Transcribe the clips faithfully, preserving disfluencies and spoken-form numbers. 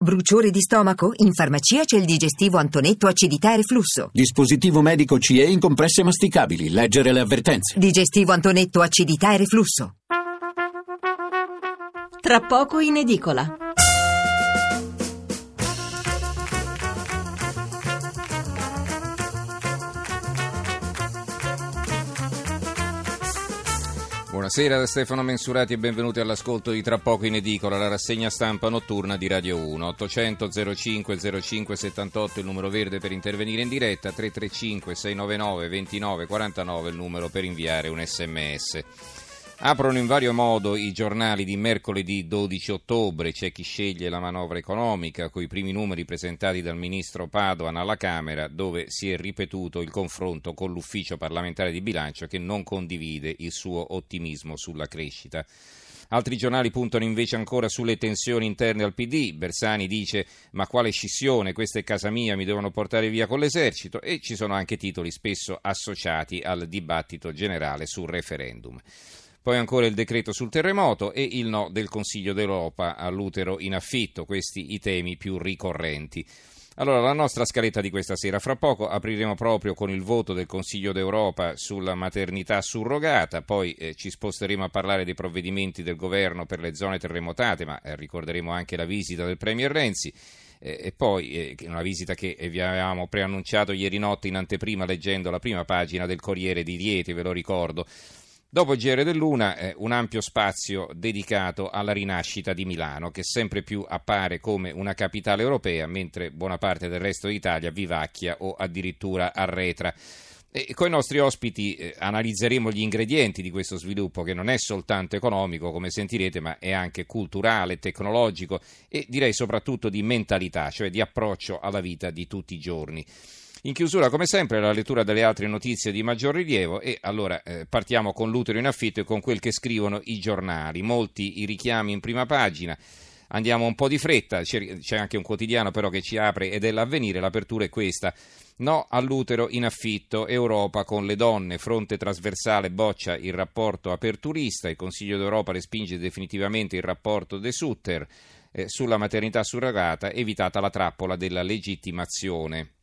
Bruciore di stomaco? In farmacia c'è il digestivo Antonetto acidità e reflusso. Dispositivo medico C E in compresse masticabili. Leggere le avvertenze. Digestivo Antonetto acidità e reflusso. Tra poco in edicola. Buonasera da Stefano Mensurati e benvenuti all'ascolto di Tra poco in edicola, la rassegna stampa notturna di Radio uno. ottocento zero cinque zero cinque settantotto il numero verde per intervenire in diretta, tre tre cinque sei nove nove due nove quattro nove il numero per inviare un sms. Aprono in vario modo i giornali di mercoledì dodici ottobre, c'è chi sceglie la manovra economica, coi primi numeri presentati dal ministro Padoan alla Camera, dove si è ripetuto il confronto con l'ufficio parlamentare di bilancio che non condivide il suo ottimismo sulla crescita. Altri giornali puntano invece ancora sulle tensioni interne al P D. Bersani dice: ma quale scissione, questa è casa mia, mi devono portare via con l'esercito, e ci sono anche titoli spesso associati al dibattito generale sul referendum. Poi ancora il decreto sul terremoto e il no del Consiglio d'Europa all'utero in affitto, questi i temi più ricorrenti. Allora, la nostra scaletta di questa sera, fra poco apriremo proprio con il voto del Consiglio d'Europa sulla maternità surrogata, poi eh, ci sposteremo a parlare dei provvedimenti del governo per le zone terremotate, ma eh, ricorderemo anche la visita del Premier Renzi. Eh, e poi eh, una visita che eh, vi avevamo preannunciato ieri notte in anteprima leggendo la prima pagina del Corriere di Rieti, ve lo ricordo. Dopo il G R dell'Una, eh, un ampio spazio dedicato alla rinascita di Milano, che sempre più appare come una capitale europea, mentre buona parte del resto d'Italia vivacchia o addirittura arretra. E con i nostri ospiti eh, analizzeremo gli ingredienti di questo sviluppo, che non è soltanto economico, come sentirete, ma è anche culturale, tecnologico e direi soprattutto di mentalità, cioè di approccio alla vita di tutti i giorni. In chiusura, come sempre, la lettura delle altre notizie di maggior rilievo e allora eh, partiamo con l'utero in affitto e con quel che scrivono i giornali. Molti i richiami in prima pagina. Andiamo un po' di fretta, c'è, c'è anche un quotidiano però che ci apre ed è l'Avvenire, l'apertura è questa. No all'utero in affitto, Europa con le donne, fronte trasversale boccia il rapporto aperturista, il Consiglio d'Europa respinge definitivamente il rapporto De Sutter eh, sulla maternità surrogata, evitata la trappola della legittimazione.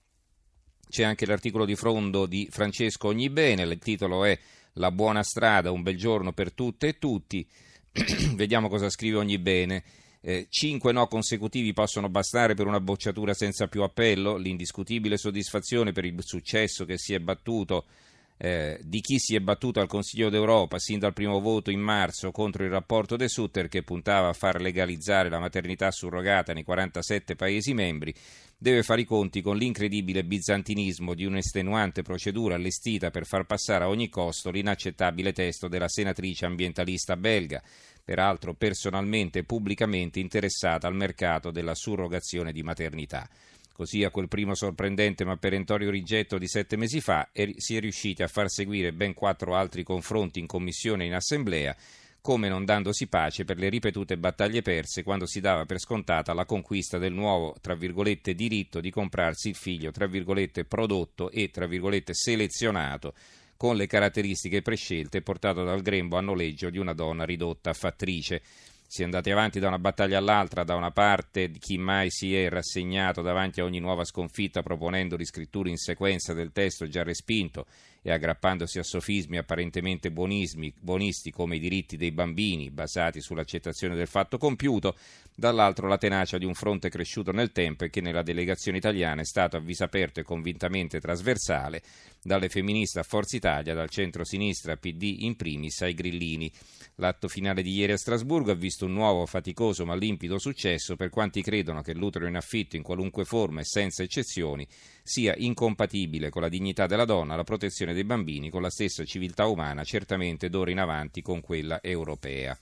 C'è anche l'articolo di fondo di Francesco Ognibene, il titolo è La buona strada, un bel giorno per tutte e tutti. Vediamo cosa scrive Ognibene. Eh, cinque no consecutivi possono bastare per una bocciatura senza più appello? L'indiscutibile soddisfazione per il successo che si è battuto eh, di chi si è battuto al Consiglio d'Europa sin dal primo voto in marzo contro il rapporto De Sutter che puntava a far legalizzare la maternità surrogata nei quarantasette Paesi membri deve fare i conti con l'incredibile bizantinismo di un'estenuante procedura allestita per far passare a ogni costo l'inaccettabile testo della senatrice ambientalista belga, peraltro personalmente e pubblicamente interessata al mercato della surrogazione di maternità. Così a quel primo sorprendente ma perentorio rigetto di sette mesi fa si è riusciti a far seguire ben quattro altri confronti in commissione e in assemblea, come non dandosi pace per le ripetute battaglie perse quando si dava per scontata la conquista del nuovo, tra virgolette, diritto di comprarsi il figlio, tra virgolette, prodotto e, tra virgolette, selezionato, con le caratteristiche prescelte portato dal grembo a noleggio di una donna ridotta a fattrice. Si è andati avanti da una battaglia all'altra, da una parte di chi mai si è rassegnato davanti a ogni nuova sconfitta proponendo riscritture in sequenza del testo già respinto e aggrappandosi a sofismi apparentemente buonismi, buonisti come i diritti dei bambini basati sull'accettazione del fatto compiuto, dall'altro la tenacia di un fronte cresciuto nel tempo e che nella delegazione italiana è stato a viso aperto e convintamente trasversale, dalle femministe a Forza Italia, dal centro-sinistra P D in primis ai grillini. L'atto finale di ieri a Strasburgo ha visto un nuovo, faticoso ma limpido successo per quanti credono che l'utero in affitto in qualunque forma e senza eccezioni sia incompatibile con la dignità della donna, la protezione dei bambini, con la stessa civiltà umana, certamente d'ora in avanti con quella europea.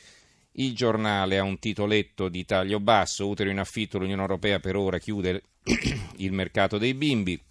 Il giornale ha un titoletto di taglio basso: utero in affitto, l'Unione Europea per ora chiude il mercato dei bimbi.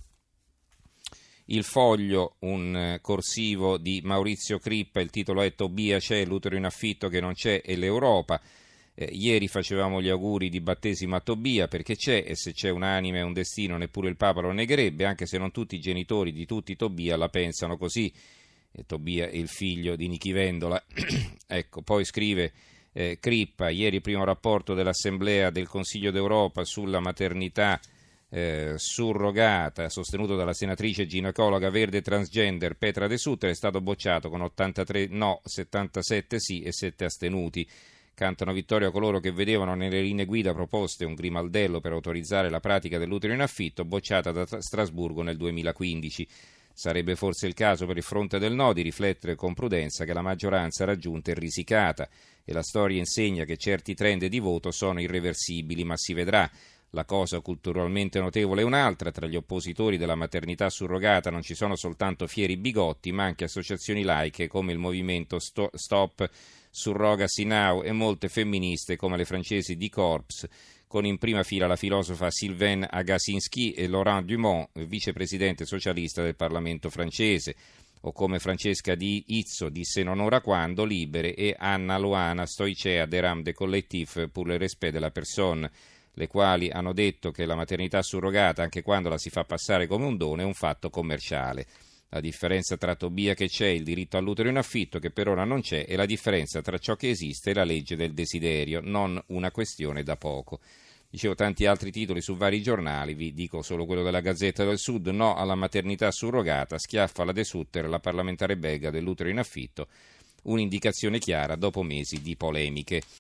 Il Foglio, un corsivo di Maurizio Crippa, il titolo è Tobia c'è, l'utero in affitto che non c'è e l'Europa. Eh, ieri facevamo gli auguri di battesimo a Tobia perché c'è, e se c'è un'anima e un destino neppure il Papa lo negherebbe, anche se non tutti i genitori di tutti Tobia la pensano così. E Tobia è il figlio di Nichi Vendola. Ecco, poi scrive Eh, Crippa, ieri primo rapporto dell'Assemblea del Consiglio d'Europa sulla maternità eh, surrogata, sostenuto dalla senatrice ginecologa verde transgender Petra De Sutter, è stato bocciato con ottantatré no, settantasette sì e sette astenuti. Cantano vittoria coloro che vedevano nelle linee guida proposte un grimaldello per autorizzare la pratica dell'utero in affitto, bocciata da Strasburgo nel duemilaquindici. Sarebbe forse il caso per il fronte del no di riflettere con prudenza che la maggioranza raggiunta è risicata e la storia insegna che certi trend di voto sono irreversibili, ma si vedrà. La cosa culturalmente notevole è un'altra: tra gli oppositori della maternità surrogata non ci sono soltanto fieri bigotti, ma anche associazioni laiche come il movimento Stop Surrogacy Now e molte femministe come le francesi di Corps, con in prima fila la filosofa Sylvaine Agacinski e Laurent Dumont, vicepresidente socialista del Parlamento francese, o come Francesca Di Izzo disse non ora quando, libere, e Anna Loana Stoicea de Ram de Collectif pour le respect de la personne, le quali hanno detto che la maternità surrogata, anche quando la si fa passare come un dono, è un fatto commerciale. La differenza tra Tobia che c'è, il diritto all'utero in affitto che per ora non c'è, e la differenza tra ciò che esiste e la legge del desiderio, non una questione da poco. Dicevo tanti altri titoli su vari giornali, vi dico solo quello della Gazzetta del Sud: no alla maternità surrogata, schiaffa la De Sutter, la parlamentare belga dell'utero in affitto, un'indicazione chiara dopo mesi di polemiche.